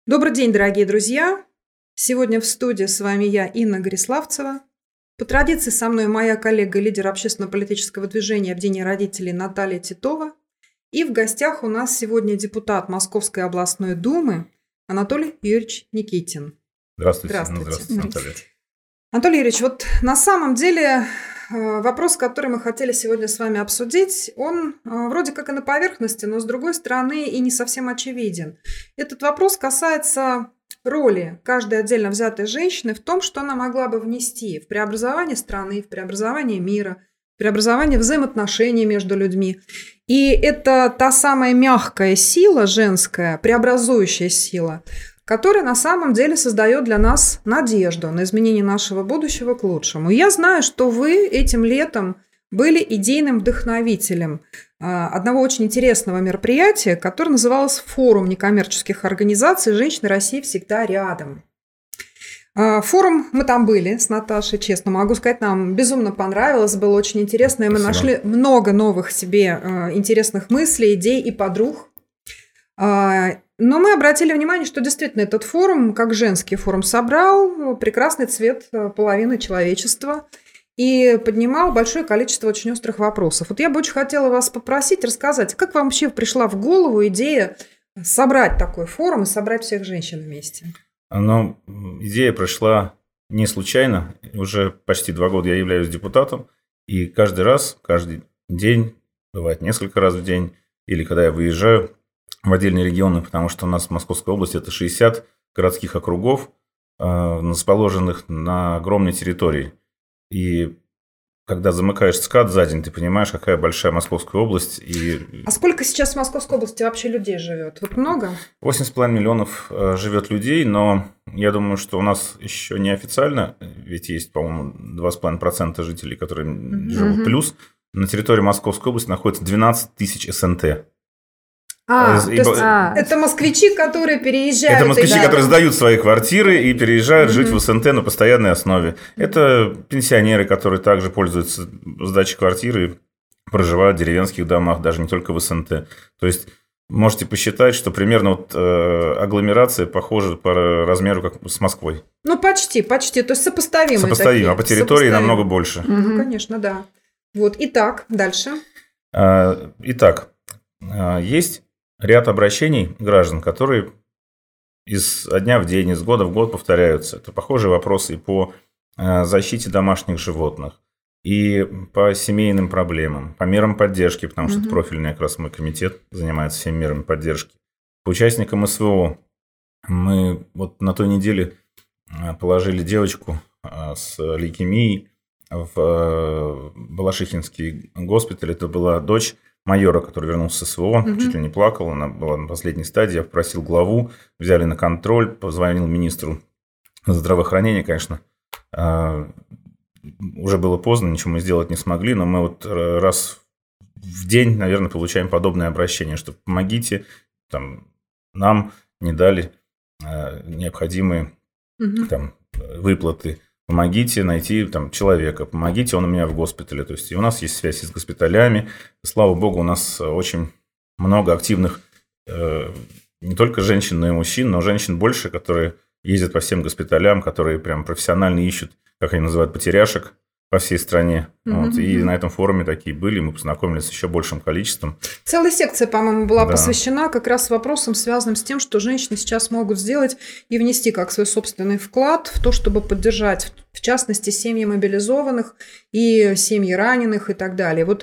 Добрый день, дорогие друзья! Сегодня в студии с вами я, Инна Гориславцева. По традиции со мной моя коллега, лидер общественно-политического движения «Объединение родителей» Наталья Титова. И в гостях у нас сегодня депутат Московской областной думы Анатолий Юрьевич Никитин. Здравствуйте. Здравствуйте, Наталья. Анатолий Юрьевич, вот на самом деле вопрос, который мы хотели сегодня с вами обсудить, он вроде как и на поверхности, но с другой стороны и не совсем очевиден. Этот вопрос касается роли каждой отдельно взятой женщины в том, что она могла бы внести в преобразование страны, в преобразование мира, в преобразование взаимоотношений между людьми. И это та самая мягкая сила женская, преобразующая сила, которая на самом деле создает для нас надежду на изменение нашего будущего к лучшему. И я знаю, что вы этим летом были идейным вдохновителем одного очень интересного мероприятия, которое называлось «Форум некоммерческих организаций «Женщины России всегда рядом». Форум, мы там были с Наташей, честно могу сказать, нам безумно понравилось, было очень интересно, и мы нашли много новых себе интересных мыслей, идей и подруг. Но мы обратили внимание, что действительно этот форум, как женский форум, собрал прекрасный цвет половины человечества и поднимал большое количество очень острых вопросов. Вот я бы очень хотела вас попросить рассказать, как вам вообще пришла в голову идея собрать такой форум и собрать всех женщин вместе? Ну, идея пришла не случайно. Уже почти 2 года я являюсь депутатом, и каждый день, бывает несколько раз в день, или когда я выезжаю в отдельные регионы, потому что у нас в Московской области это 60 городских округов, расположенных на огромной территории. И когда замыкаешь СКАД за день, ты понимаешь, какая большая Московская область. А сколько сейчас в Московской области вообще людей живет? Вот много? 8,5 миллионов живет людей, но я думаю, что у нас еще неофициально, ведь есть, по-моему, 2,5% жителей, которые живут плюс. На территории Московской области находится 12 тысяч СНТ. Это москвичи, которые переезжают. Это москвичи, которые сдают свои квартиры и переезжают жить в СНТ на постоянной основе. Это пенсионеры, которые также пользуются сдачей квартиры и проживают в деревенских домах, даже не только в СНТ. То есть можете посчитать, что примерно агломерация похожа по размеру как с Москвой. Ну, почти. То есть сопоставимые. Сопоставимо, а по территории намного больше. Конечно, да. Вот, итак, дальше. Итак, есть ряд обращений граждан, которые изо дня в день, из года в год повторяются. Это похожие вопросы и по защите домашних животных, и по семейным проблемам, по мерам поддержки, потому что это профильный как раз мой комитет занимается всеми мерами поддержки. По участникам СВО мы вот на той неделе положили девочку с лейкемией в Балашихинский госпиталь. Это была дочь майора, который вернулся с СВО, чуть ли не плакал, она была на последней стадии, я попросил главу, взяли на контроль, позвонил министру здравоохранения, конечно, уже было поздно, ничего мы сделать не смогли, но мы вот раз в день, наверное, получаем подобное обращение, что помогите, нам не дали необходимые выплаты. Помогите найти человека, помогите, он у меня в госпитале. То есть и у нас есть связь с госпиталями. Слава богу, у нас очень много активных не только женщин, но и мужчин, но женщин больше, которые ездят по всем госпиталям, которые прям профессионально ищут, как они называют, потеряшек по всей стране. И на этом форуме такие были, мы познакомились с еще большим количеством. Целая секция, по-моему, была посвящена как раз вопросам, связанным с тем, что женщины сейчас могут сделать и внести как свой собственный вклад в то, чтобы поддержать, в частности, семьи мобилизованных и семьи раненых и так далее. Вот,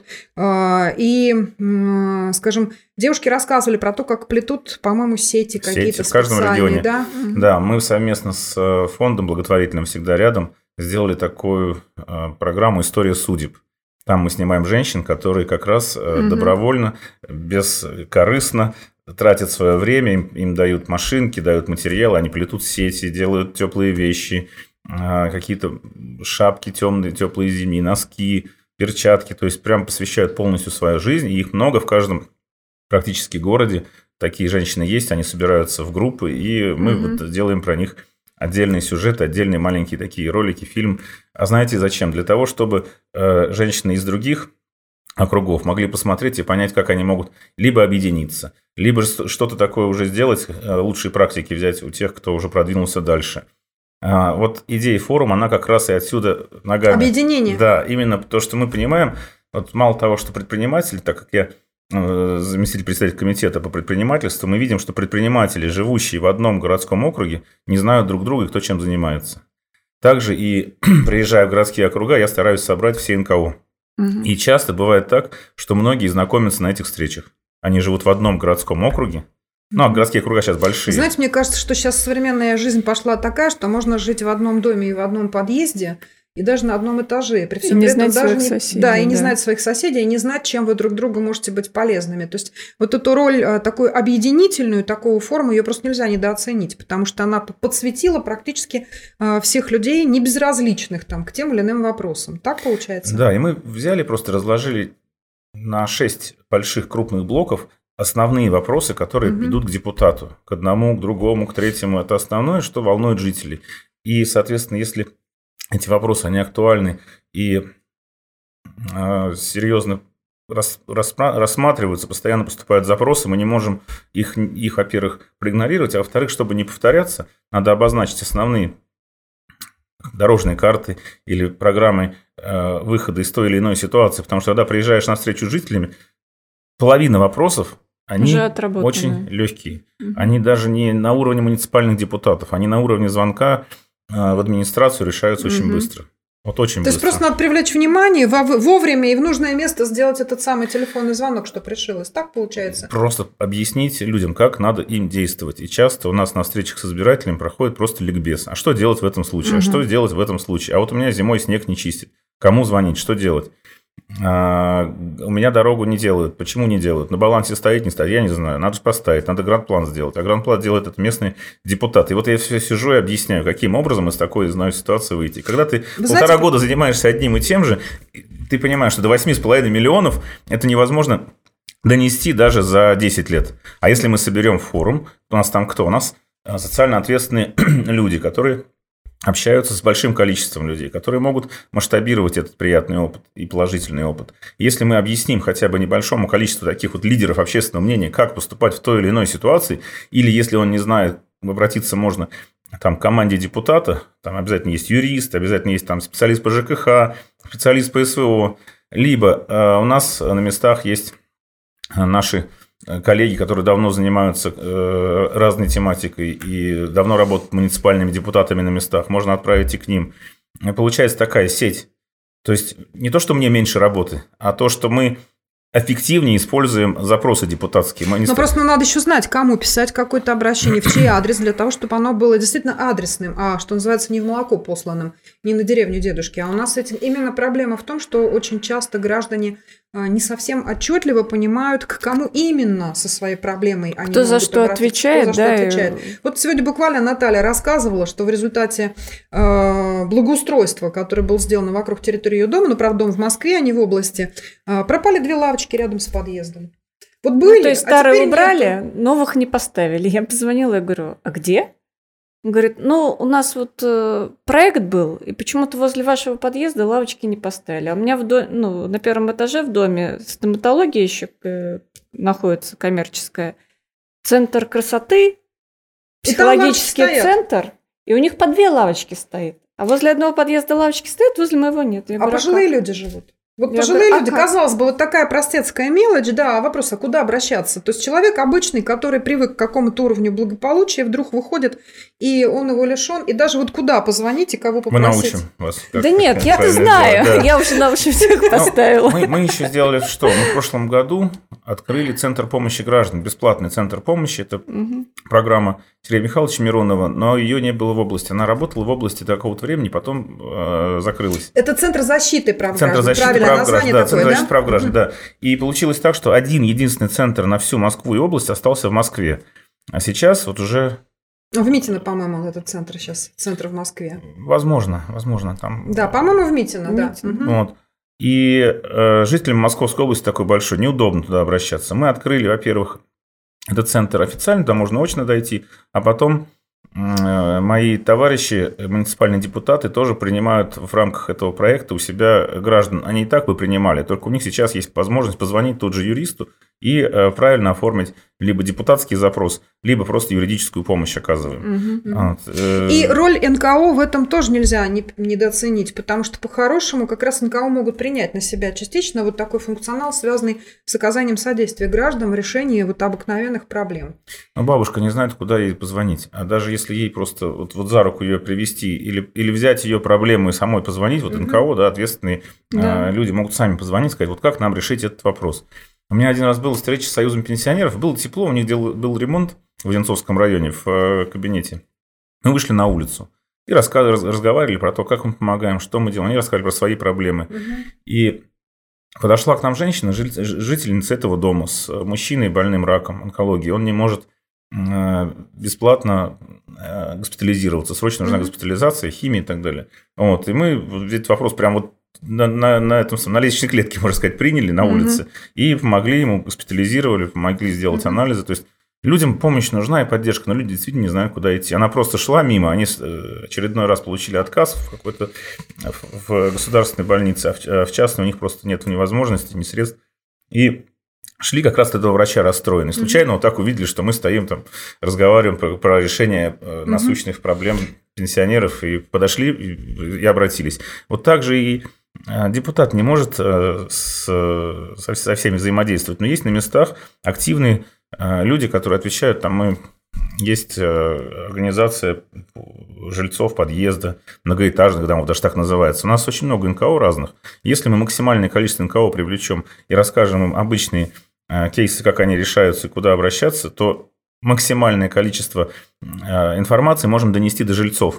скажем, девушки рассказывали про то, как плетут, по-моему, сети какие-то в каждом регионе. Да? Да, мы совместно с фондом благотворительным «Всегда рядом» сделали такую программу «История судеб». Там мы снимаем женщин, которые как раз добровольно, бескорыстно тратят свое время, им дают машинки, дают материалы, они плетут сети, делают теплые вещи, какие-то шапки темные, теплые зимние, носки, перчатки, то есть прям посвящают полностью свою жизнь, и их много в каждом практически городе. Такие женщины есть, они собираются в группы, и мы вот делаем про них отдельные сюжеты, отдельные маленькие такие ролики, фильм. А знаете зачем? Для того, чтобы женщины из других округов могли посмотреть и понять, как они могут либо объединиться, либо что-то такое уже сделать, лучшие практики взять у тех, кто уже продвинулся дальше. Вот идея форума, она как раз и отсюда ногами. Объединение. Да, именно то, что мы понимаем, вот мало того, что предприниматели, так как я заместитель председателя комитета по предпринимательству, мы видим, что предприниматели, живущие в одном городском округе, не знают друг друга и кто чем занимается. Также и приезжая в городские округа, я стараюсь собрать все НКО. И часто бывает так, что многие знакомятся на этих встречах. Они живут в одном городском округе. Ну, а городские округа сейчас большие. Знаете, мне кажется, что сейчас современная жизнь пошла такая, что можно жить в одном доме и в одном подъезде, и даже на одном этаже. При всем и не этом знать даже своих соседей. Да, и не знать своих соседей, и не знать, чем вы друг другу можете быть полезными. То есть вот эту роль такую объединительную, такого форму, ее просто нельзя недооценить, потому что она подсветила практически всех людей, не безразличных там, к тем или иным вопросам. Так получается? Да, и мы взяли, просто разложили на 6 больших крупных блоков основные вопросы, которые идут к депутату, к одному, к другому, к третьему. Это основное, что волнует жителей. И, соответственно, если эти вопросы, они актуальны и серьезно рассматриваются, постоянно поступают запросы, мы не можем их, во-первых, проигнорировать, а во-вторых, чтобы не повторяться, надо обозначить основные дорожные карты или программы выхода из той или иной ситуации, потому что когда приезжаешь на встречу с жителями, половина вопросов, они очень легкие. Они даже не на уровне муниципальных депутатов, они на уровне звонка в администрацию решаются очень быстро. Вот очень То быстро. есть просто надо привлечь внимание, вовремя и в нужное место сделать этот самый телефонный звонок, чтобы решилось. Так получается? Просто объяснить людям, как надо им действовать. И часто у нас на встречах с избирателями проходит просто ликбез. А что делать в этом случае? А что делать в этом случае? А вот у меня зимой снег не чистит. Кому звонить? Что делать? У меня дорогу не делают. Почему не делают? На балансе стоит, не стоит? Я не знаю. Надо же поставить, надо гранд-план сделать. А гранд-план делает это местный депутат. И вот я все сижу и объясняю, каким образом из такой ситуации выйти. Когда ты полтора года занимаешься одним и тем же, ты понимаешь, что до 8,5 миллионов это невозможно донести даже за 10 лет. А если мы соберем форум, у нас там кто? У нас социально ответственные люди, которые общаются с большим количеством людей, которые могут масштабировать этот приятный опыт и положительный опыт. Если мы объясним хотя бы небольшому количеству таких вот лидеров общественного мнения, как поступать в той или иной ситуации, или если он не знает, обратиться можно там, к команде депутата, там обязательно есть юрист, обязательно есть там специалист по ЖКХ, специалист по СВО, либо у нас на местах есть наши коллеги, которые давно занимаются разной тематикой и давно работают муниципальными депутатами на местах, можно отправить и к ним. И получается такая сеть. То есть не то, что мне меньше работы, а то, что мы эффективнее используем запросы депутатские. Но просто надо еще знать, кому писать какое-то обращение, в чей адрес, для того, чтобы оно было действительно адресным, а что называется, не в молоко посланным, не на деревню дедушки. А у нас именно проблема в том, что очень часто граждане не совсем отчетливо понимают, к кому именно со своей проблемой они кто за что отвечает, Вот сегодня буквально Наталья рассказывала, что в результате благоустройства, которое было сделано вокруг территории ее дома, но, правда, дом в Москве, а не в области, пропали 2 лавочки рядом с подъездом. Вот были, то есть старые убрали, новых не поставили. Я позвонила и говорю, а где? Он говорит, у нас вот проект был, и почему-то возле вашего подъезда лавочки не поставили. А у меня на первом этаже в доме стоматология еще находится, коммерческая, центр красоты, психологический центр, и у них по 2 лавочки стоит. А возле одного подъезда лавочки стоит, возле моего нет. Я говорю, пожилые люди живут. Вот пожилые люди, казалось бы, вот такая простецкая мелочь, да, вопрос, а куда обращаться? То есть человек обычный, который привык к какому-то уровню благополучия, вдруг выходит, и он его лишен, и даже вот куда позвонить и кого попросить? Мы научим вас. Да нет, я-то знаю, я уже на уши всех поставила. Мы еще сделали что? Мы в прошлом году открыли Центр помощи граждан, бесплатный Центр помощи, это программа Сергея Михайловича Миронова, но ее не было в области. Она работала в области до какого-то времени, потом закрылась. Это Центр защиты прав граждан. Центр защиты прав граждан, да, Центр защиты прав граждан, да. И получилось так, что один единственный центр на всю Москву и область остался в Москве. А сейчас вот уже... В Митино, по-моему, этот центр сейчас, центр в Москве. Возможно, там... Да, по-моему, в Митино, да. Вот. И жителям Московской области такой большой, неудобно туда обращаться. Мы открыли, во-первых, этот центр официально, туда можно очно дойти, а потом мои товарищи, муниципальные депутаты, тоже принимают в рамках этого проекта у себя граждан. Они и так бы принимали, только у них сейчас есть возможность позвонить тут же юристу и правильно оформить либо депутатский запрос, либо просто юридическую помощь оказываем. И роль НКО в этом тоже нельзя недооценить, потому что по-хорошему как раз НКО могут принять на себя частично вот такой функционал, связанный с оказанием содействия гражданам в решении вот обыкновенных проблем. Но бабушка не знает, куда ей позвонить. А даже если ей просто вот за руку ее привести или взять ее проблему и самой позвонить, вот НКО, да, ответственные люди могут сами позвонить, сказать, вот как нам решить этот вопрос. У меня один раз была встреча с Союзом пенсионеров, было тепло, у них был ремонт в Одинцовском районе в кабинете. Мы вышли на улицу и разговаривали про то, как мы помогаем, что мы делаем. Они рассказывали про свои проблемы. И подошла к нам женщина, жительница этого дома, с мужчиной больным раком, онкологией. Он не может бесплатно госпитализироваться, срочно нужна госпитализация, химия и так далее. Вот. И мы этот вопрос прям вот на лестничной клетке, можно сказать, приняли на улице и помогли ему, госпитализировали, помогли сделать анализы. То есть людям помощь нужна и поддержка, но люди действительно не знают, куда идти. Она просто шла мимо, они очередной раз получили отказ в государственной больнице, а в частной у них просто нет ни возможности, ни средств. И шли как раз от этого врача расстроенные. Случайно вот так увидели, что мы стоим там, разговариваем про решение насущных проблем пенсионеров, и подошли и обратились. Вот так же и депутат не может со всеми взаимодействовать, но есть на местах активные люди, которые отвечают, там есть организация жильцов подъезда, многоэтажных домов, даже так называется. У нас очень много НКО разных. Если мы максимальное количество НКО привлечем и расскажем им обычные кейсы, как они решаются и куда обращаться, то максимальное количество информации можем донести до жильцов,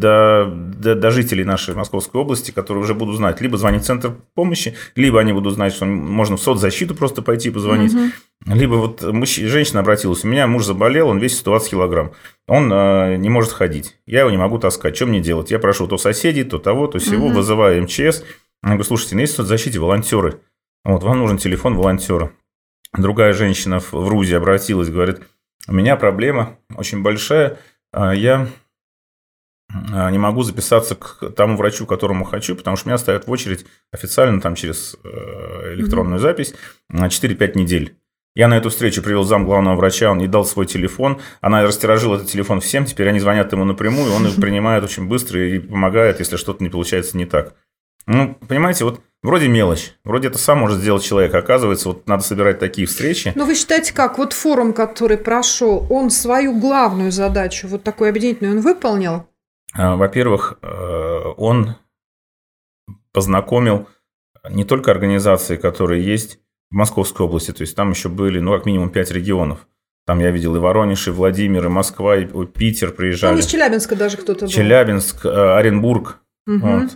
до жителей нашей Московской области, которые уже будут знать, либо звонить в центр помощи, либо они будут знать, что можно в соцзащиту просто пойти позвонить, либо вот женщина обратилась, у меня муж заболел, он весит 120 килограмм, он не может ходить, я его не могу таскать, что мне делать? Я прошу то соседей, то того, то сего, вызываю МЧС, я говорю, слушайте, есть в соцзащите волонтеры, вот, вам нужен телефон волонтера. Другая женщина в РУЗе обратилась, говорит, у меня проблема очень большая, я не могу записаться к тому врачу, к которому хочу, потому что меня ставят в очередь официально там через электронную запись на 4-5 недель. Я на эту встречу привел замглавного врача, он ей дал свой телефон, она растиражила этот телефон всем, теперь они звонят ему напрямую, он их принимает очень быстро и помогает, если что-то не получается не так. Ну, понимаете, вот вроде мелочь, вроде это сам может сделать человек, оказывается, вот надо собирать такие встречи. Но вы считаете, как вот форум, который прошел, он свою главную задачу, вот такую объединительную, он выполнил? Во-первых, он познакомил не только организации, которые есть в Московской области, то есть там еще были, ну, как минимум 5 регионов. Там я видел и Воронеж, и Владимир, и Москва, и Питер приезжали. Там из Челябинска даже кто-то был. Челябинск, Оренбург. Вот.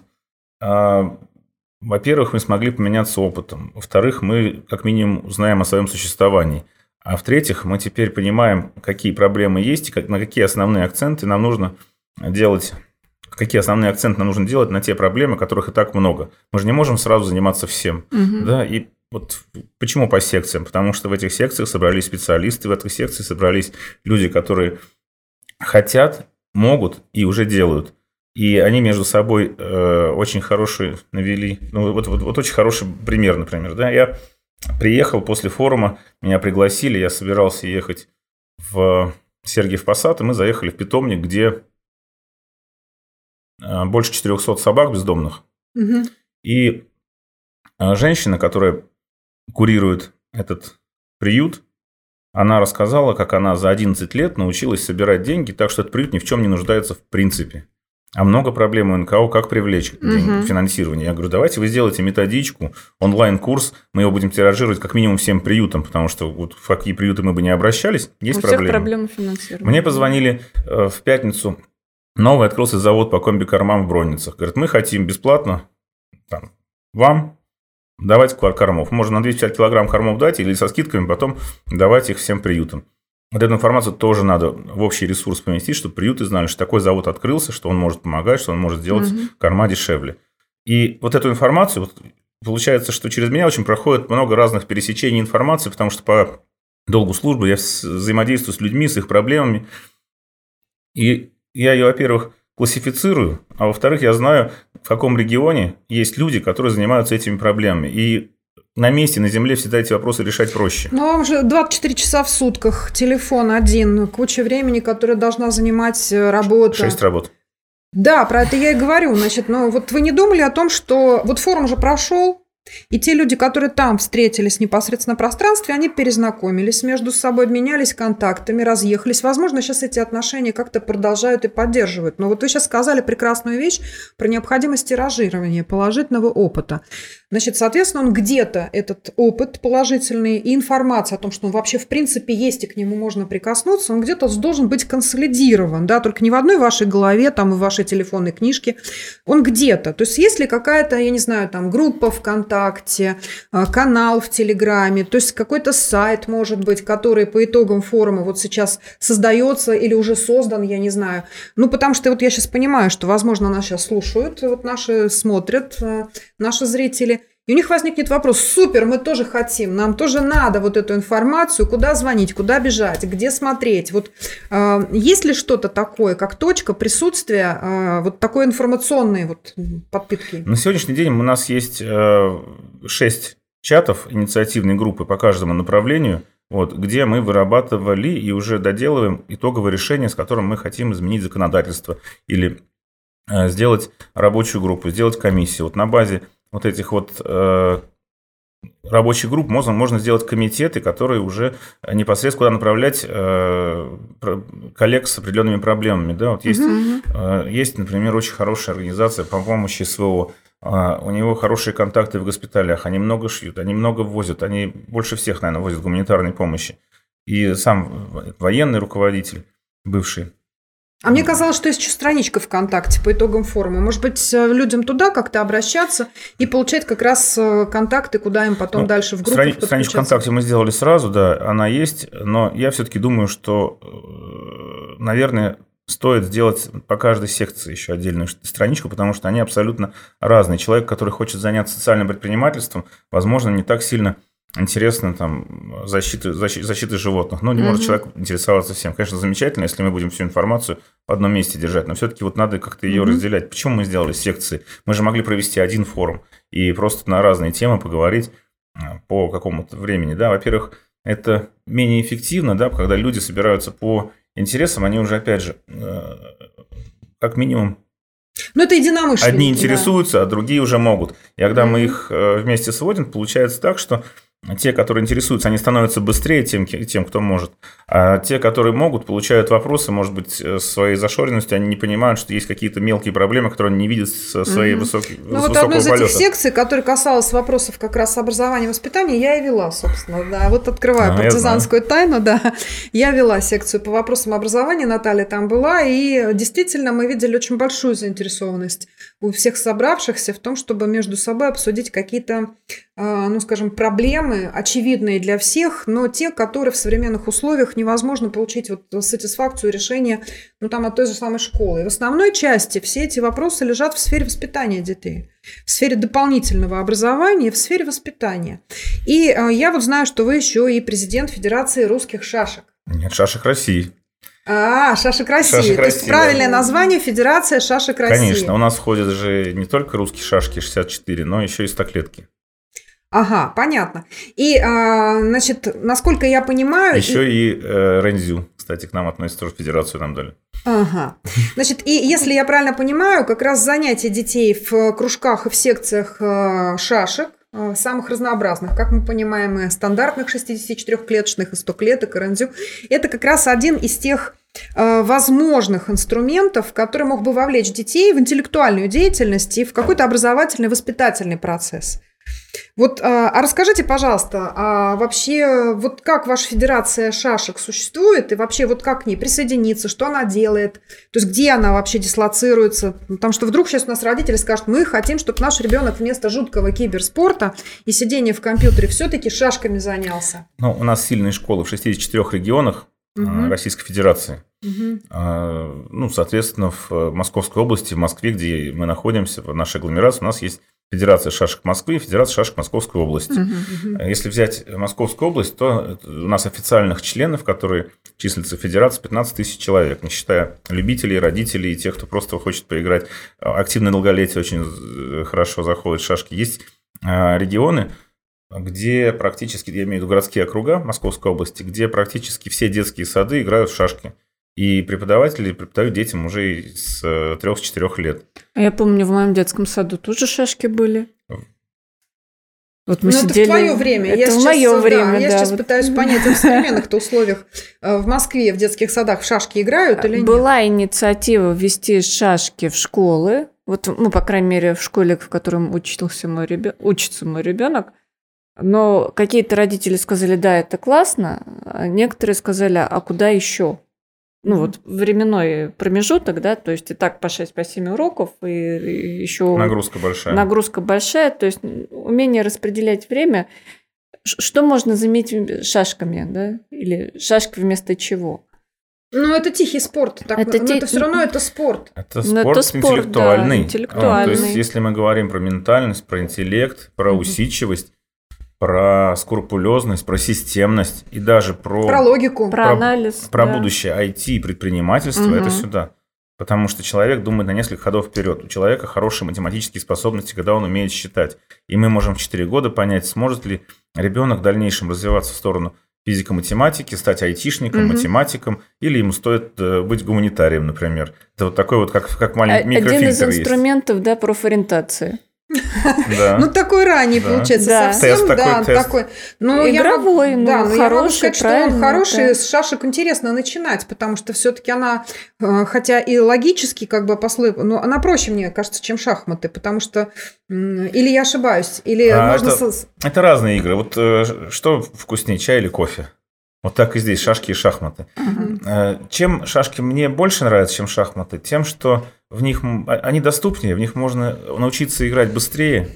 Во-первых, мы смогли поменяться опытом. Во-вторых, мы как минимум знаем о своем существовании. А в-третьих, мы теперь понимаем, какие проблемы есть, и на какие основные акценты нам нужно делать, на те проблемы, которых и так много. Мы же не можем сразу заниматься всем. Да? И вот почему по секциям? Потому что в этих секциях собрались специалисты, в этих секциях собрались люди, которые хотят, могут и уже делают. И они между собой очень хорошие навели. Ну, вот очень хороший пример, например. Да? Я приехал после форума, меня пригласили, я собирался ехать в Сергиев Посад, и мы заехали в питомник, где больше 400 собак бездомных. И женщина, которая курирует этот приют, она рассказала, как она за 11 лет научилась собирать деньги так, что этот приют ни в чем не нуждается в принципе. А много проблем у НКО, как привлечь финансирование. Я говорю, давайте вы сделаете методичку, онлайн-курс, мы его будем тиражировать как минимум всем приютам, потому что вот в какие приюты мы бы не обращались, есть проблемы. У всех проблемы финансирования. Мне позвонили в пятницу, новый открылся завод по комби-кормам в Бронницах. Говорят, мы хотим бесплатно вам давать кормов. Можно на 250 килограмм кормов дать или со скидками потом давать их всем приютам. Вот эту информацию тоже надо в общий ресурс поместить, чтобы приюты знали, что такой завод открылся, что он может помогать, что он может сделать корма дешевле. И вот эту информацию, получается, что через меня очень проходит много разных пересечений информации, потому что по долгу службы я взаимодействую с людьми, с их проблемами. И я ее, во-первых, классифицирую, а во-вторых, я знаю, в каком регионе есть люди, которые занимаются этими проблемами. И на месте, на земле всегда эти вопросы решать проще. Ну, вам же 24 часа в сутках, телефон один, куча времени, которое должна занимать работа. 6 работ. Да, про это я и говорю. Значит, ну вот вы не думали о том, что вот форум же прошел, и те люди, которые там встретились непосредственно в пространстве, они перезнакомились между собой, обменялись контактами, разъехались. Возможно, сейчас эти отношения как-то продолжают и поддерживают. Но вот вы сейчас сказали прекрасную вещь про необходимость тиражирования положительного опыта. Значит, соответственно, он где-то, этот опыт положительный и информация о том, что он вообще в принципе есть и к нему можно прикоснуться, он где-то должен быть консолидирован, да, только не в одной вашей голове, там, и в вашей телефонной книжке, он где-то. То есть есть ли какая-то, я не знаю, там, группа ВКонтакте, канал в Телеграме, то есть какой-то сайт, может быть, который по итогам форума вот сейчас создается или уже создан, я не знаю. Ну, потому что вот я сейчас понимаю, что, возможно, нас сейчас слушают, вот наши смотрят, наши зрители, и у них возникнет вопрос: супер, мы тоже хотим, нам тоже надо вот эту информацию, куда звонить, куда бежать, где смотреть. Вот есть ли что-то такое, как точка присутствия вот такой информационной вот подпитки? На сегодняшний день у нас есть 6 чатов инициативной группы по каждому направлению, вот, где мы вырабатывали и уже доделываем итоговое решение, с которым мы хотим изменить законодательство или сделать рабочую группу, сделать комиссию. Вот на базе вот этих вот рабочих групп можно сделать комитеты, которые уже непосредственно куда направлять коллег с определенными проблемами. Да? Вот есть, например, очень хорошая организация по помощи СВО. У него хорошие контакты в госпиталях, они много шьют, они много возят, они больше всех, наверное, возят гуманитарной помощи. И сам военный руководитель, бывший. А мне казалось, что есть еще страничка ВКонтакте по итогам форума. Может быть, людям туда как-то обращаться и получать как раз контакты, куда им потом дальше в группу подключаться. Страничку ВКонтакте мы сделали сразу, да, она есть, но я все-таки думаю, что, наверное, стоит сделать по каждой секции еще отдельную страничку, потому что они абсолютно разные. Человек, который хочет заняться социальным предпринимательством, возможно, не так сильно интересно там защиты животных. Но не может человек интересоваться всем. Конечно, замечательно, если мы будем всю информацию в одном месте держать, но все-таки вот надо как-то ее разделять. Почему мы сделали секции? Мы же могли провести один форум и просто на разные темы поговорить по какому-то времени. Да? Во-первых, это менее эффективно, да, когда люди собираются по интересам, они уже, опять же, как минимум, ну, это единомышленники. Одни интересуются, а другие уже могут. И когда мы их вместе сводим, получается так, что те, которые интересуются, они становятся быстрее тем, кто может. А те, которые могут, получают вопросы, может быть, своей зашоренностью, они не понимают, что есть какие-то мелкие проблемы, которые они не видят со своей высокого полета. Ну, вот одну из этих секций, которая касалась вопросов как раз образования и воспитания, я и вела, собственно. Да. Вот открываю партизанскую тайну, да. Я вела секцию по вопросам образования, Наталья там была, и действительно мы видели очень большую заинтересованность у всех собравшихся в том, чтобы между собой обсудить какие-то, ну, скажем, проблемы, очевидные для всех, но те, которые в современных условиях невозможно получить вот сатисфакцию решения, ну, там, от той же самой школы. И в основной части все эти вопросы лежат в сфере воспитания детей, в сфере дополнительного образования, в сфере воспитания. И я вот знаю, что вы еще и президент Федерации русских шашек. Нет, шашек России. Шашек России. То есть правильное название — Федерация шашек России. Конечно, у нас входят же не только русские шашки 64, но еще и стоклетки. Ага, понятно. И, значит, насколько я понимаю... Еще и Рэнзю, кстати, к нам относится, тоже федерацию нам дали. Ага. Значит, и если я правильно понимаю, как раз занятия детей в кружках и в секциях шашек, самых разнообразных, как мы понимаем, и стандартных 64-клеточных, и 100-клеток, и Рэнзю, это как раз один из тех возможных инструментов, который мог бы вовлечь детей в интеллектуальную деятельность и в какой-то образовательный, воспитательный процесс. Вот, расскажите, пожалуйста, вообще, вот как ваша федерация шашек существует, и вообще вот как к ней присоединиться, что она делает, то есть где она вообще дислоцируется, потому что вдруг сейчас у нас родители скажут: мы хотим, чтобы наш ребенок вместо жуткого киберспорта и сидения в компьютере все-таки шашками занялся. Ну, у нас сильные школы в 64 регионах Российской Федерации. Ну, соответственно, в Московской области, в Москве, где мы находимся, в нашей агломерации, у нас есть Федерация шашек Москвы и Федерация шашек Московской области. Если взять Московскую область, то у нас официальных членов, которые числятся в Федерации, 15 тысяч человек, не считая любителей, родителей и тех, кто просто хочет поиграть. Активное долголетие очень хорошо заходит в шашки. Есть регионы, где практически, я имею в виду городские округа Московской области, где практически все детские сады играют в шашки. И преподаватели преподают детям уже с 3-4 лет. Я помню, в моем детском саду тоже шашки были. Вот мы сидели... это в твое время. Это в мое время, Я сейчас пытаюсь понять, в современных-то условиях в Москве в детских садах в шашки играют или нет? Была инициатива ввести шашки в школы. Вот, по крайней мере, в школе, в котором учится мой ребенок. Но какие-то родители сказали, да, это классно, а некоторые сказали, а куда еще? Вот временной промежуток, да, то есть и так по 6-7 уроков, и еще... Нагрузка большая. То есть умение распределять время. Что можно заметить шашками, да? Или шашки вместо чего? Это тихий спорт. Это все равно это спорт. Это спорт интеллектуальный. Да, интеллектуальный. То есть если мы говорим про ментальность, про интеллект, про усидчивость, про скрупулезность, про системность и даже про логику, про анализ, про будущее IT и предпринимательство, это сюда. Потому что человек думает на несколько ходов вперед. У человека хорошие математические способности, когда он умеет считать. И мы можем в 4 года понять, сможет ли ребенок в дальнейшем развиваться в сторону физико-математики, стать айтишником, математиком, или ему стоит быть гуманитарием, например. Это вот такой вот, как маленький микрофильтр есть. Один из инструментов, да, профориентации. Да. Такой ранний, получается, да. совсем, тест такой. Игровой, хороший, я могу сказать, что он хороший, да. с шашек интересно начинать, потому что все-таки она, хотя и логически но она проще, мне кажется, чем шахматы, потому что, или я ошибаюсь, или можно... Это разные игры. Вот что вкуснее, чай или кофе? Вот так и здесь, шашки и шахматы. Чем шашки мне больше нравятся, чем шахматы? Тем, что в них они доступнее, в них можно научиться играть быстрее,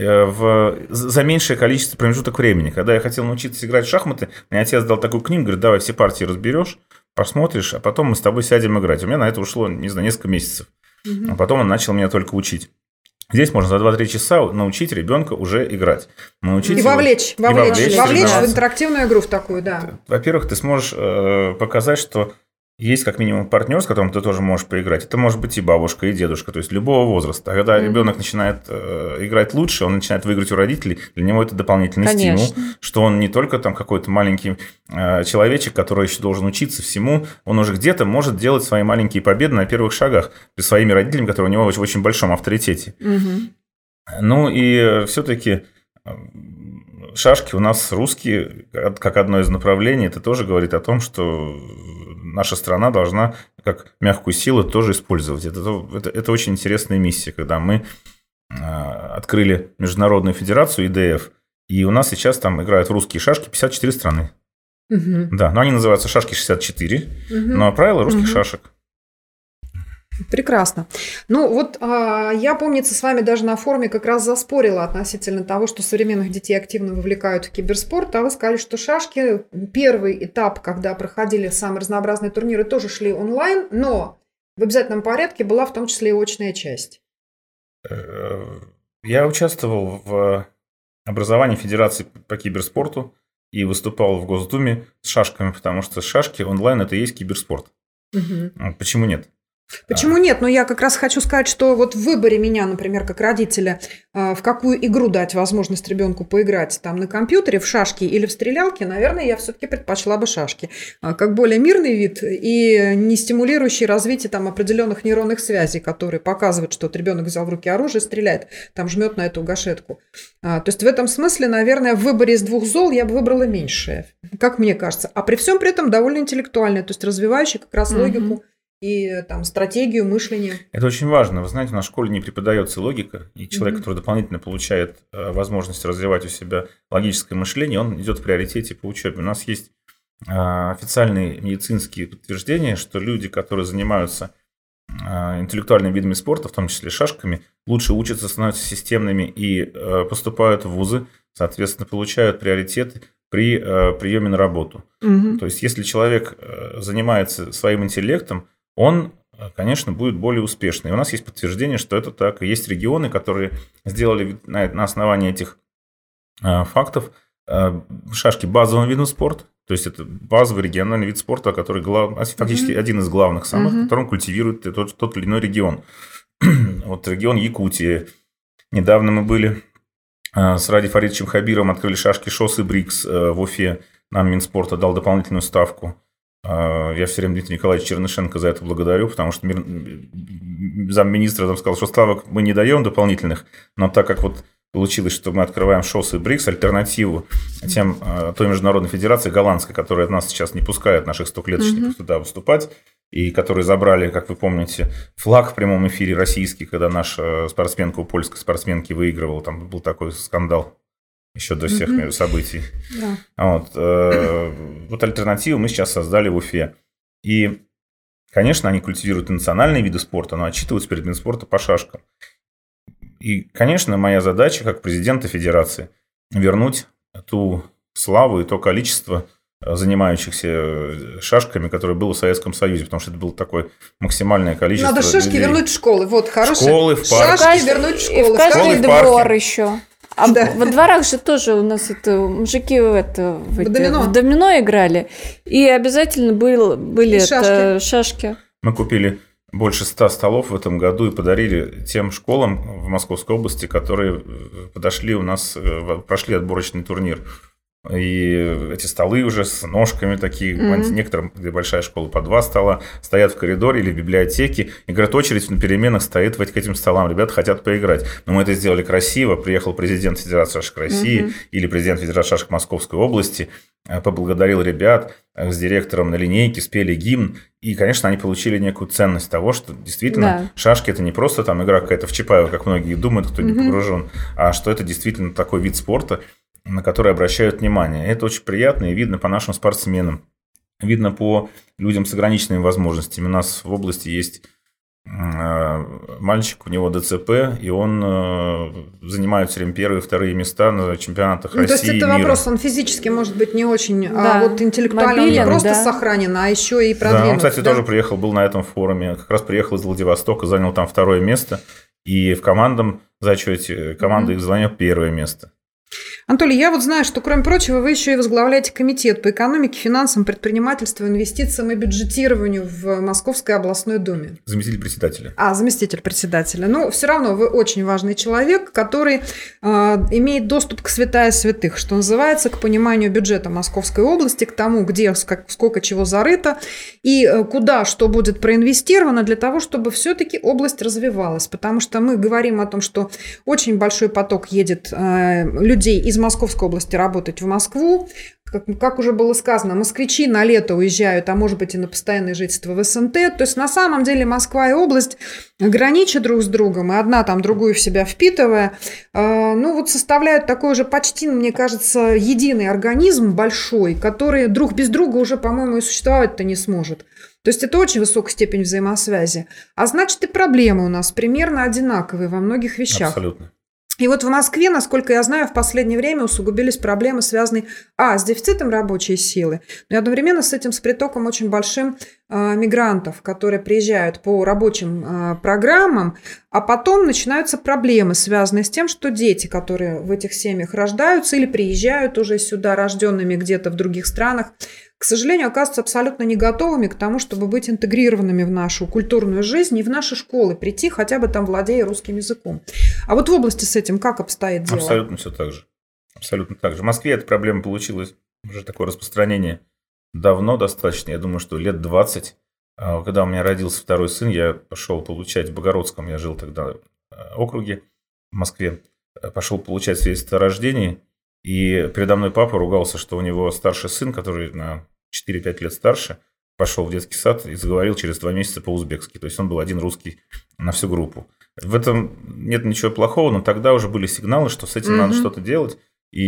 за меньшее количество промежуток времени. Когда я хотел научиться играть в шахматы, мне отец дал такую книгу, говорит, давай все партии разберешь, посмотришь, а потом мы с тобой сядем играть. У меня на это ушло, не знаю, несколько месяцев. А потом он начал меня только учить. Здесь можно за 2-3 часа научить ребенка уже играть. И вовлечь в в интерактивную игру в такую, да. Во-первых, ты сможешь показать, что есть как минимум партнер, с которым ты тоже можешь поиграть. Это может быть и бабушка, и дедушка, то есть любого возраста. А когда ребенок начинает играть лучше, он начинает выиграть у родителей, для него это дополнительный стимул, что он не только там какой-то маленький человечек, который еще должен учиться всему, он уже где-то может делать свои маленькие победы на первых шагах с своими родителями, которые у него в очень большом авторитете. Ну и все-таки шашки у нас русские, как одно из направлений, это тоже говорит о том, что наша страна должна как мягкую силу тоже использовать. Это очень интересная миссия, когда мы открыли Международную федерацию ИДФ, и у нас сейчас там играют в русские шашки 54 страны. Да, но они называются шашки 64, но правила русских шашек. Прекрасно. Я, помнится, с вами даже на форуме как раз заспорила относительно того, что современных детей активно вовлекают в киберспорт, а вы сказали, что шашки, первый этап, когда проходили самые разнообразные турниры, тоже шли онлайн, но в обязательном порядке была в том числе и очная часть. Я участвовал в образовании Федерации по киберспорту и выступал в Госдуме с шашками, потому что шашки онлайн – это и есть киберспорт. Почему нет? Почему нет? Но я как раз хочу сказать, что вот в выборе меня, например, как родителя, в какую игру дать возможность ребенку поиграть, там на компьютере, в шашки или в стрелялки, наверное, я все-таки предпочла бы шашки. Как более мирный вид и не стимулирующий развитие там определенных нейронных связей, которые показывают, что вот ребенок взял в руки оружие, стреляет, там жмет на эту гашетку. То есть в этом смысле, наверное, в выборе из двух зол я бы выбрала меньшее, как мне кажется. А при всем при этом довольно интеллектуальное, то есть развивающее как раз логику и там стратегию мышления. Это очень важно. Вы знаете, у нас в школе не преподается логика, и человек, который дополнительно получает возможность развивать у себя логическое мышление, он идет в приоритете по учебе. У нас есть официальные медицинские подтверждения, что люди, которые занимаются интеллектуальными видами спорта, в том числе шашками, лучше учатся, становятся системными и поступают в вузы, соответственно, получают приоритеты при приеме на работу. То есть, если человек занимается своим интеллектом, он, конечно, будет более успешный. У нас есть подтверждение, что это так. И есть регионы, которые сделали на основании этих фактов шашки базовым видом спорта. То есть, это базовый региональный вид спорта, который фактически один из главных самых, которым культивирует тот или иной регион. Вот регион Якутии. Недавно мы были с Ради Фаридовичем Хабировым открыли шашки ШОС и БРИКС в Уфе. Нам Минспорта дал дополнительную ставку. Я все время Дмитрия Николаевича Чернышенко за это благодарю, потому что замминистра там сказал, что ставок мы не даем дополнительных, но так как вот получилось, что мы открываем ШОС и БРИКС, альтернативу той международной федерации голландской, которая нас сейчас не пускает, наших 100-клеточников туда выступать, и которые забрали, как вы помните, флаг в прямом эфире российский, когда наша спортсменка у польской спортсменки выигрывала, там был такой скандал еще до всех событий. Да. Вот альтернативу мы сейчас создали в Уфе. И, конечно, они культивируют и национальные виды спорта, но отчитываются перед Минспорта по шашкам. И, конечно, моя задача, как президента федерации, вернуть ту славу и то количество занимающихся шашками, которое было в Советском Союзе, потому что это было такое максимальное количество. Надо шашки людей. Вернуть в школы, вот хорошее. Школы, в парке. Шашки вернуть в школы. И в каждый двор еще. А да. Во дворах же тоже у нас мужики в домино играли. И обязательно были шашки. Мы купили больше 100 столов в этом году и подарили тем школам в Московской области, которые подошли у нас, прошли отборочный турнир. И эти столы уже с ножками такие, некоторым, где большая школа, по 2 стола, стоят в коридоре или в библиотеке. И, говорят, очередь на переменах стоит к этим столам. Ребята хотят поиграть. Но мы это сделали красиво. Приехал президент Федерации шашек России или президент Федерации шашек Московской области, поблагодарил ребят с директором на линейке, спели гимн. И, конечно, они получили некую ценность того, что действительно шашки – это не просто там игра какая-то в Чапаева, как многие думают, кто не погружен, а что это действительно такой вид спорта, на которые обращают внимание. Это очень приятно и видно по нашим спортсменам, видно по людям с ограниченными возможностями. У нас в области есть мальчик, у него ДЦП, и он занимает все время первые и вторые места на чемпионатах России и мира. То есть это вопрос, он физически может быть не очень, а вот интеллектуально мобилен, он не просто сохранен, а еще и продвинут. Да, он, кстати, тоже приехал, был на этом форуме, как раз приехал из Владивостока, занял там 2-е место, и в командном зачете команда их заняла 1-е место. Анатолий, я вот знаю, что, кроме прочего, вы еще и возглавляете комитет по экономике, финансам, предпринимательству, инвестициям и бюджетированию в Московской областной думе. Заместитель председателя. Заместитель председателя. Но все равно вы очень важный человек, который имеет доступ к святая святых, что называется, к пониманию бюджета Московской области, к тому, где сколько чего зарыто и куда что будет проинвестировано для того, чтобы все-таки область развивалась. Потому что мы говорим о том, что очень большой поток едет людей из Московской области работать в Москву. Как уже было сказано, москвичи на лето уезжают, а может быть и на постоянное жительство в СНТ. То есть на самом деле Москва и область граничат друг с другом, и одна там другую в себя впитывая, составляют такой уже почти, мне кажется, единый организм большой, который друг без друга уже, по-моему, и существовать-то не сможет. То есть это очень высокая степень взаимосвязи. А значит, и проблемы у нас примерно одинаковые во многих вещах. Абсолютно. И вот в Москве, насколько я знаю, в последнее время усугубились проблемы, связанные с дефицитом рабочей силы, но и одновременно с этим с притоком очень большим мигрантов, которые приезжают по рабочим программам, а потом начинаются проблемы, связанные с тем, что дети, которые в этих семьях рождаются или приезжают уже сюда рожденными где-то в других странах, к сожалению, оказываются абсолютно не готовыми к тому, чтобы быть интегрированными в нашу культурную жизнь и в наши школы, прийти хотя бы там владея русским языком. А вот в области с этим как обстоит дело? Абсолютно все так же. Абсолютно так же. В Москве эта проблема получилась, уже такое распространение давно достаточно, я думаю, что лет 20. Когда у меня родился 2-й сын, я пошел получать в Богородском, я жил тогда в округе в Москве, пошел получать свидетельство о рождении. И передо мной папа ругался, что у него старший сын, который на 4-5 лет старше, пошел в детский сад и заговорил через 2 месяца по-узбекски. То есть он был один русский на всю группу. В этом нет ничего плохого, но тогда уже были сигналы, что с этим надо что-то делать.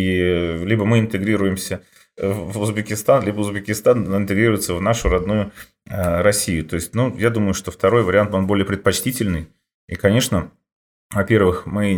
И либо мы интегрируемся в Узбекистан, либо Узбекистан интегрируется в нашу родную Россию. То есть, я думаю, что 2-й вариант, он более предпочтительный. И, конечно, во-первых, мы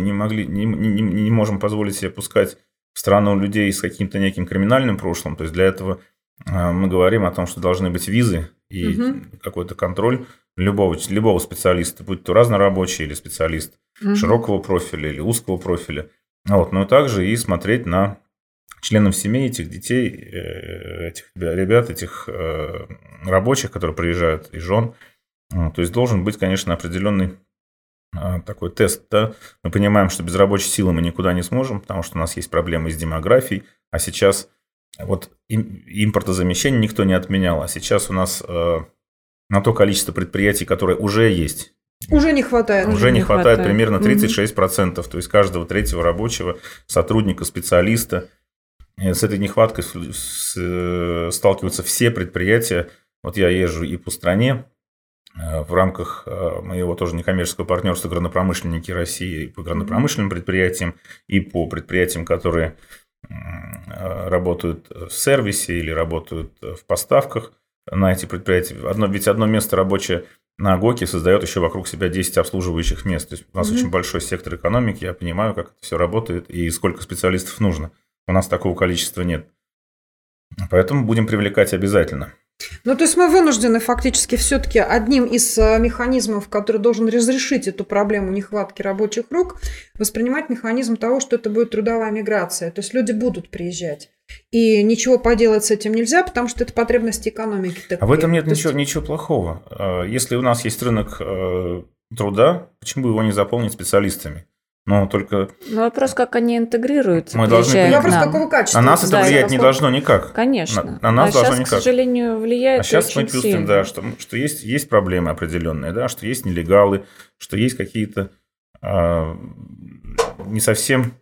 не можем позволить себе пускать в страну людей с каким-то неким криминальным прошлым. То есть для этого мы говорим о том, что должны быть визы и какой-то контроль любого специалиста, будь то разнорабочий или специалист широкого профиля или узкого профиля. Но также и смотреть на членов семей этих детей, этих ребят, этих рабочих, которые приезжают, и жен. То есть должен быть, конечно, определенный такой тест, да, мы понимаем, что без рабочей силы мы никуда не сможем, потому что у нас есть проблемы с демографией, а сейчас вот импортозамещение никто не отменял, а сейчас у нас на то количество предприятий, которые уже есть, уже не хватает. Уже не хватает примерно 36%, то есть каждого третьего рабочего, сотрудника, специалиста. И с этой нехваткой сталкиваются все предприятия. Вот я езжу и по стране в рамках моего тоже некоммерческого партнерства «Агропромышленники России», и по агропромышленным предприятиям, и по предприятиям, которые работают в сервисе или работают в поставках на эти предприятия. Ведь одно место рабочее на ГОКе создает еще вокруг себя 10 обслуживающих мест. То есть у нас очень большой сектор экономики, я понимаю, как это все работает и сколько специалистов нужно. У нас такого количества нет. Поэтому будем привлекать обязательно. Ну, то есть мы вынуждены фактически все-таки одним из механизмов, который должен разрешить эту проблему нехватки рабочих рук, воспринимать механизм того, что это будет трудовая миграция. То есть люди будут приезжать. И ничего поделать с этим нельзя, потому что это потребности экономики. А в этом нет ничего плохого. Если у нас есть рынок труда, почему бы его не заполнить специалистами? Но только... вопрос, как они интегрируются. Мы должны... Вопрос, какого качества. На нас это влиять не должно никак. Конечно. На нас должно сейчас, никак. к сожалению, влияет очень сейчас мы чувствуем, да, что есть проблемы определенные, да, что есть нелегалы, что есть какие-то не совсем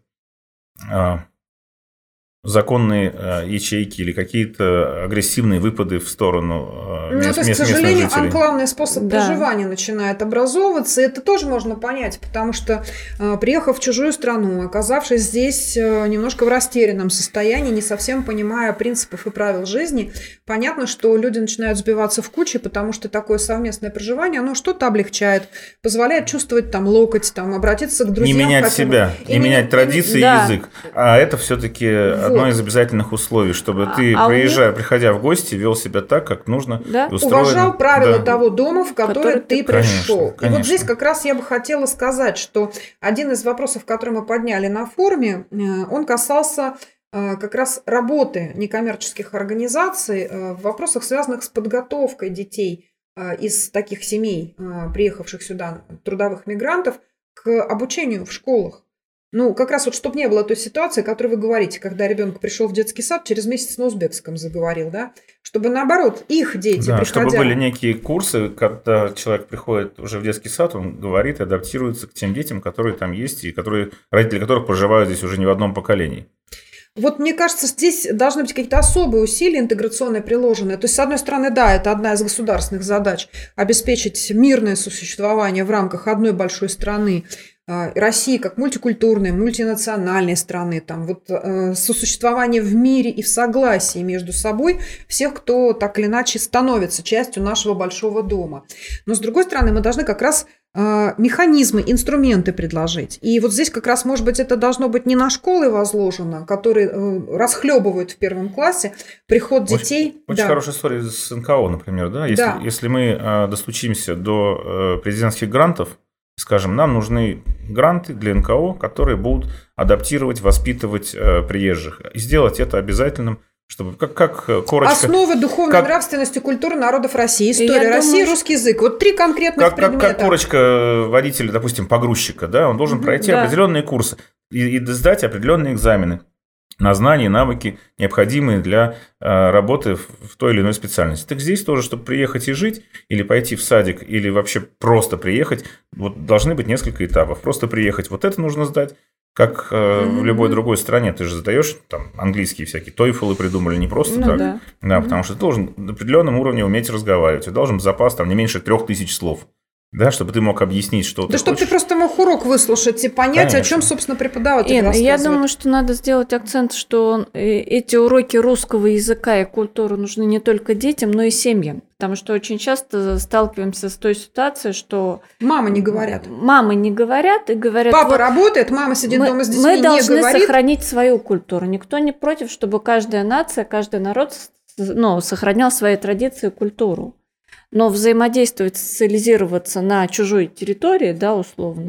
законные ячейки или какие-то агрессивные выпады в сторону местных жителей. К сожалению, анклавный способ проживания начинает образовываться. Это тоже можно понять, потому что, приехав в чужую страну, оказавшись здесь немножко в растерянном состоянии, не совсем понимая принципов и правил жизни, понятно, что люди начинают сбиваться в кучи, потому что такое совместное проживание, оно что-то облегчает, позволяет чувствовать там локоть, там, обратиться к друзьям. Не менять себя, не менять традиции и язык. А это все-таки одно из обязательных условий, чтобы ты, приходя в гости, вел себя так, как нужно. Да? Уважал правила того дома, в который ты пришел. Конечно. И вот здесь как раз я бы хотела сказать, что один из вопросов, который мы подняли на форуме, он касался как раз работы некоммерческих организаций в вопросах, связанных с подготовкой детей из таких семей, приехавших сюда, трудовых мигрантов, к обучению в школах. Ну, как раз вот, чтобы не было той ситуации, о которой вы говорите, когда ребенок пришел в детский сад, через месяц на узбекском заговорил, да? Чтобы, наоборот, их дети, да, приходя... чтобы были некие курсы, когда человек приходит уже в детский сад, он говорит и адаптируется к тем детям, которые там есть, и родители которых проживают здесь уже не в одном поколении. Вот мне кажется, здесь должны быть какие-то особые усилия интеграционные приложенные. То есть, с одной стороны, да, это одна из государственных задач – обеспечить мирное сосуществование в рамках одной большой страны, России как мультикультурной, мультинациональной страны, там, вот, сосуществование в мире и в согласии между собой всех, кто так или иначе становится частью нашего большого дома. Но, с другой стороны, мы должны как раз механизмы, инструменты предложить. И вот здесь как раз, может быть, это должно быть не на школы возложено, которые расхлебывают в первом классе приход детей. Очень хорошая история с НКО, например. Да? Если мы достучимся до президентских грантов, скажем, нам нужны гранты для НКО, которые будут адаптировать, воспитывать приезжих. И сделать это обязательным, чтобы как корочка... Основы духовной нравственности, культуры народов России, история России, русский язык. Вот 3 конкретных предмета. Как корочка водителя, допустим, погрузчика, да, он должен пройти определенные курсы и сдать определенные экзамены на знания и навыки, необходимые для работы в той или иной специальности. Так здесь тоже, чтобы приехать и жить, или пойти в садик, или вообще просто приехать, вот должны быть несколько этапов. Просто приехать, вот это нужно сдать, как в любой другой стране. Ты же задаешь, там, английские всякие TOEFL придумали не просто так. Да, потому что ты должен на определенном уровне уметь разговаривать. Ты должен запас там не меньше 3000 слов. Да, чтобы ты мог объяснить, что ты чтобы хочешь. ты просто мог урок выслушать и понять, о чем, собственно, преподаватель рассказывает. Я думаю, что надо сделать акцент, что эти уроки русского языка и культуры нужны не только детям, но и семьям. Потому что очень часто сталкиваемся с той ситуацией, что... Мамы не говорят. Мамы не говорят и говорят... Папа работает, мама сидит дома с детьми, не говорит. Мы должны сохранить свою культуру. Никто не против, чтобы каждая нация, каждый народ сохранял свои традиции и культуру. Но взаимодействовать, социализироваться на чужой территории, да, условно,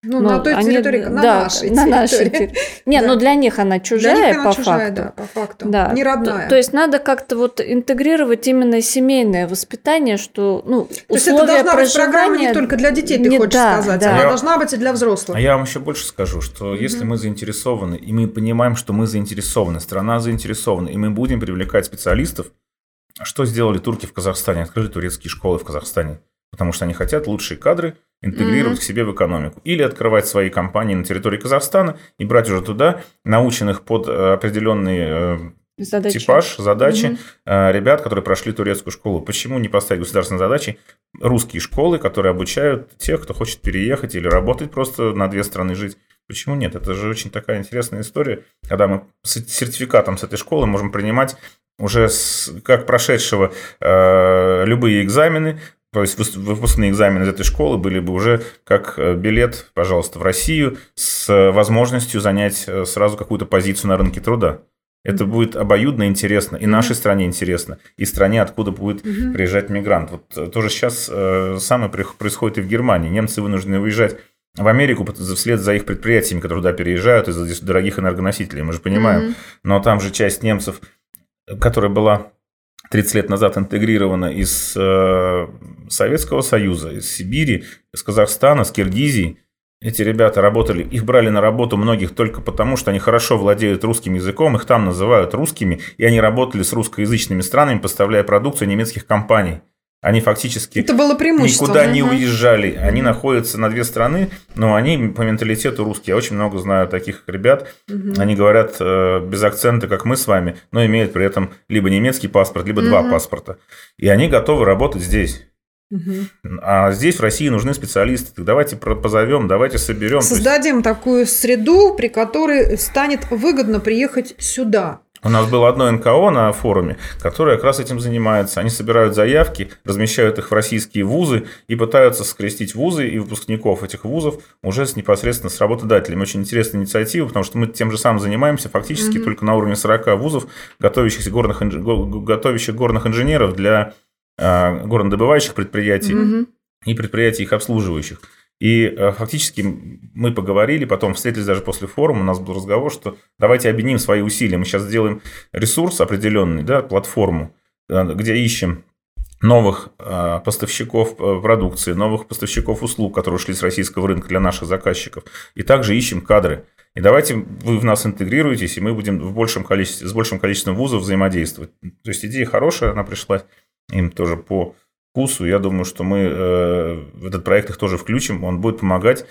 Ну, на той территории, на нашей территории. Нет, ну для них она чужая, для них она по чужая, факту. Да, по факту. Да. Не родная. То есть надо как-то вот интегрировать именно семейное воспитание, что, ну, то есть это должна быть программа не только для детей, ты хочешь сказать, она должна быть и для взрослых. А я вам еще больше скажу, что если мы заинтересованы, и мы понимаем, что мы заинтересованы, страна заинтересована, и мы будем привлекать специалистов, что сделали турки в Казахстане? Открыли турецкие школы в Казахстане. Потому что они хотят лучшие кадры интегрировать к себе в экономику. Или открывать свои компании на территории Казахстана и брать уже туда наученных под определенный типаж, задачи ребят, которые прошли турецкую школу. Почему не поставить государственной задачей русские школы, которые обучают тех, кто хочет переехать или работать просто на две страны жить? Почему нет? Это же очень такая интересная история, когда мы с сертификатом с этой школы можем принимать уже как прошедшего любые экзамены. То есть выпускные экзамены из этой школы были бы уже как билет, пожалуйста, в Россию с возможностью занять сразу какую-то позицию на рынке труда. Это будет обоюдно интересно, и нашей стране интересно, и стране, откуда будет приезжать мигрант. Вот тоже сейчас самое происходит и в Германии. Немцы вынуждены уезжать в Америку вслед за их предприятиями, которые туда переезжают из-за дорогих энергоносителей, мы же понимаем. Но там же часть немцев, которая была 30 лет назад интегрирована из Советского Союза, из Сибири, из Казахстана, с Киргизии. Эти ребята работали, их брали на работу многих только потому, что они хорошо владеют русским языком, их там называют русскими, и они работали с русскоязычными странами, поставляя продукцию немецких компаний. Они фактически никуда не уезжали. Они находятся на две страны, но они по менталитету русские. Я очень много знаю таких ребят. Они говорят без акцента, как мы с вами, но имеют при этом либо немецкий паспорт, либо два паспорта. И они готовы работать здесь. А здесь в России нужны специалисты. Так давайте позовем, давайте соберем. Создадим такую среду, при которой станет выгодно приехать сюда. У нас было одно НКО на форуме, которое как раз этим занимается. Они собирают заявки, размещают их в российские вузы и пытаются скрестить вузы и выпускников этих вузов уже непосредственно с работодателями. Очень интересная инициатива, потому что мы тем же самым занимаемся фактически только на уровне 40 вузов, готовящих горных инженеров для горнодобывающих предприятий и предприятий их обслуживающих. И фактически мы поговорили, потом встретились даже после форума, у нас был разговор, что давайте объединим свои усилия. Мы сейчас сделаем ресурс определенный, платформу, где ищем новых поставщиков продукции, новых поставщиков услуг, которые ушли с российского рынка для наших заказчиков. И также ищем кадры. И давайте вы в нас интегрируетесь, и мы будем с большим количеством вузов взаимодействовать. То есть идея хорошая, она пришла им тоже по вкусу. Я думаю, что мы в этот проект их тоже включим. Он будет помогать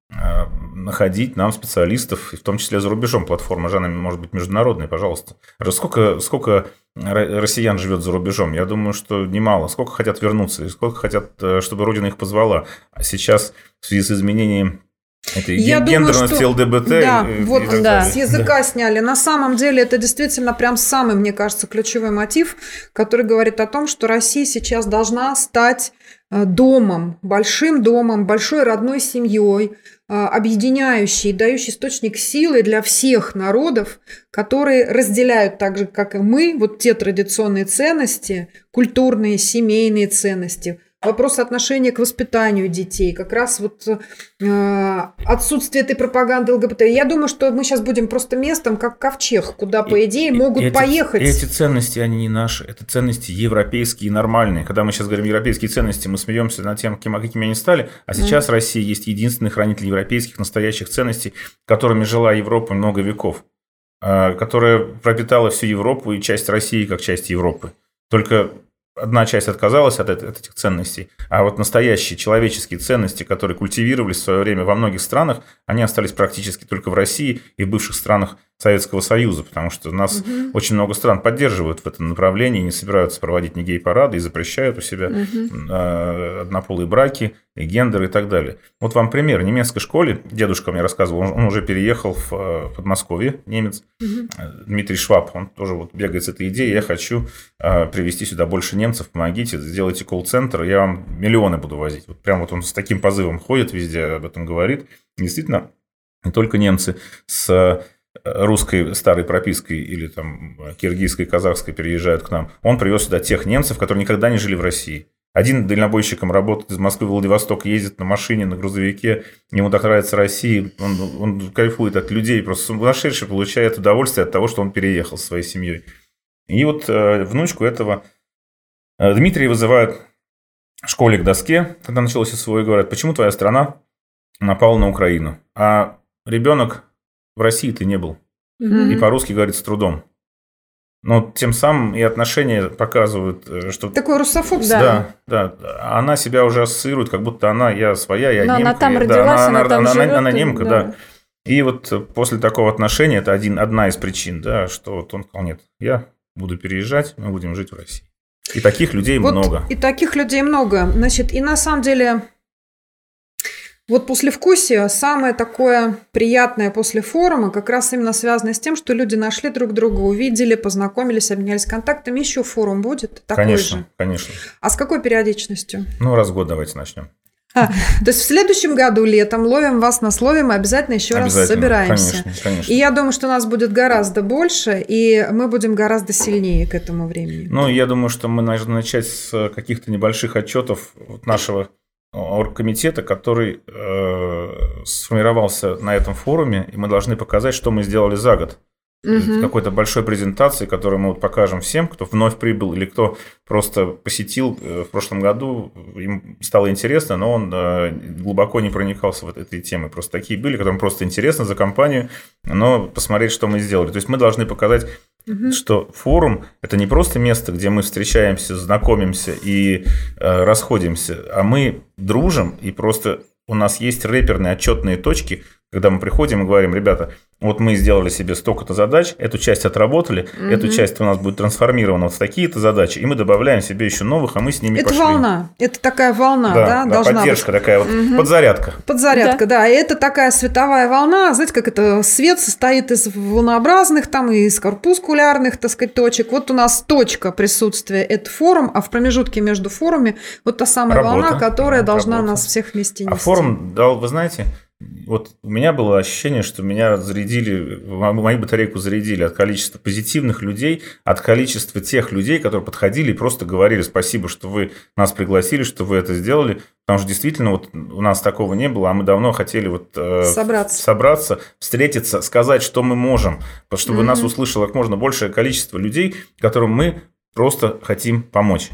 находить нам специалистов, в том числе за рубежом. Платформа же, она может быть международной, пожалуйста. Сколько россиян живет за рубежом? Я думаю, что немало. Сколько хотят вернуться, и сколько хотят, чтобы Родина их позвала. А сейчас в связи с изменением этой гендерности, ЛГБТ. Да, вот с языка сняли. На самом деле это действительно прям самый, мне кажется, ключевой мотив, который говорит о том, что Россия сейчас должна стать домом, большой родной семьей, объединяющей, дающей источник силы для всех народов, которые разделяют так же, как и мы, вот те традиционные ценности, культурные, семейные ценности. Вопрос отношения к воспитанию детей, как раз вот отсутствие этой пропаганды ЛГБТ. Я думаю, что мы сейчас будем просто местом, как ковчег, куда, по идее, могут поехать. Эти ценности, они не наши, это ценности европейские и нормальные. Когда мы сейчас говорим европейские ценности, мы смеемся над тем, какими они стали, а сейчас Россия есть единственный хранитель европейских настоящих ценностей, которыми жила Европа много веков, которая пропитала всю Европу и часть России как часть Европы. Только одна часть отказалась от этих ценностей, а вот настоящие человеческие ценности, которые культивировались в свое время во многих странах, они остались практически только в России и в бывших странах Советского Союза, потому что нас очень много стран поддерживают в этом направлении, не собираются проводить ни гей-парады и запрещают у себя однополые браки, и гендер и так далее. Вот вам пример. В немецкой школе, дедушка мне рассказывал, он уже переехал в Подмосковье, немец, Дмитрий Шваб, он тоже вот бегает с этой идеей, я хочу привезти сюда больше немцев, помогите, сделайте колл-центр, я вам миллионы буду возить. Вот прям вот он с таким позывом ходит везде, об этом говорит. Действительно, не только немцы с русской старой пропиской или там киргизской, казахской переезжают к нам. Он привез сюда тех немцев, которые никогда не жили в России. Один дальнобойщиком работает, из Москвы в Владивосток ездит на машине, на грузовике, ему так нравится Россия, он кайфует от людей, просто сумасшедший, получает удовольствие от того, что он переехал со своей семьей. И вот внучку этого Дмитрия вызывают в школе к доске, когда началось СВО, и говорят: почему твоя страна напала на Украину? А ребенок в России-то не был. И по-русски говорит с трудом. Но тем самым и отношения показывают, что... Такое русофобство. Да. Она себя уже ассоциирует, как будто я своя, я немка. Она там родилась, она там живет. Она немка, да. И вот после такого отношения, это одна из причин, да, что вот он сказал: нет, я буду переезжать, мы будем жить в России. И таких людей много. И таких людей много. Значит, и на самом деле... Вот послевкусие, самое такое приятное после форума, как раз именно связано с тем, что люди нашли друг друга, увидели, познакомились, обменялись контактами. Еще форум будет такой конечно, же? Конечно. А с какой периодичностью? Раз в год давайте начнем. То есть в следующем году летом ловим вас на слове, мы обязательно еще раз собираемся. Конечно. И я думаю, что нас будет гораздо больше, и мы будем гораздо сильнее к этому времени. Я думаю, что мы должны начать с каких-то небольших отчетов нашего оргкомитета, который сформировался на этом форуме, и мы должны показать, что мы сделали за год. Какой-то большой презентации, которую мы покажем всем, кто вновь прибыл или кто просто посетил в прошлом году, им стало интересно, но он глубоко не проникался в этой теме. Просто такие были, которым просто интересно за компанию, но посмотреть, что мы сделали. То есть мы должны показать, что форум – это не просто место, где мы встречаемся, знакомимся и расходимся, а мы дружим, и просто у нас есть реперные отчетные точки, когда мы приходим и говорим: ребята, вот мы сделали себе столько-то задач, эту часть отработали, эту часть у нас будет трансформирована в такие-то задачи, и мы добавляем себе еще новых, а мы с ними пошли. Это волна, это такая волна, да, должна поддержка быть. Такая вот, подзарядка. Подзарядка, да, и это такая световая волна, знаете, как это, свет состоит из волнообразных, там, и из корпускулярных, так сказать, точек. Вот у нас точка присутствия – это форум, а в промежутке между форумами вот та самая волна, которая должна нас всех вместе нести. А форум дал, вы знаете... Вот у меня было ощущение, что меня зарядили, мою батарейку зарядили от количества позитивных людей, от количества тех людей, которые подходили и просто говорили: спасибо, что вы нас пригласили, что вы это сделали. Потому что действительно вот у нас такого не было, а мы давно хотели собраться, встретиться, сказать, что мы можем, чтобы нас услышало как можно большее количество людей, которым мы просто хотим помочь.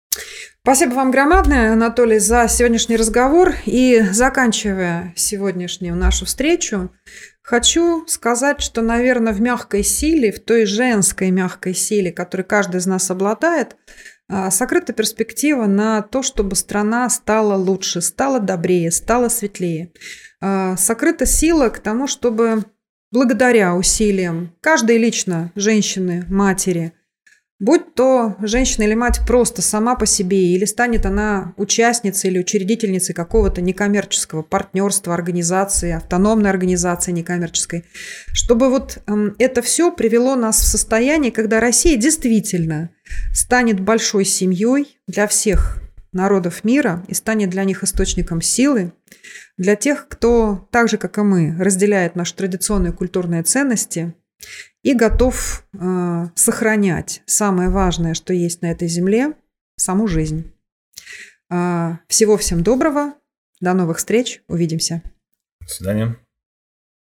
Спасибо вам громадное, Анатолий, за сегодняшний разговор. И заканчивая сегодняшнюю нашу встречу, хочу сказать, что, наверное, в мягкой силе, в той женской мягкой силе, которой каждый из нас обладает, сокрыта перспектива на то, чтобы страна стала лучше, стала добрее, стала светлее. Сокрыта сила к тому, чтобы благодаря усилиям каждой лично женщины, матери, будь то женщина или мать просто сама по себе, или станет она участницей или учредительницей какого-то некоммерческого партнерства, организации, автономной организации некоммерческой, чтобы вот это все привело нас в состояние, когда Россия действительно станет большой семьей для всех народов мира и станет для них источником силы, для тех, кто, так же, как и мы, разделяет наши традиционные культурные ценности и готов сохранять самое важное, что есть на этой земле, саму жизнь. Всего всем доброго. До новых встреч. Увидимся. До свидания.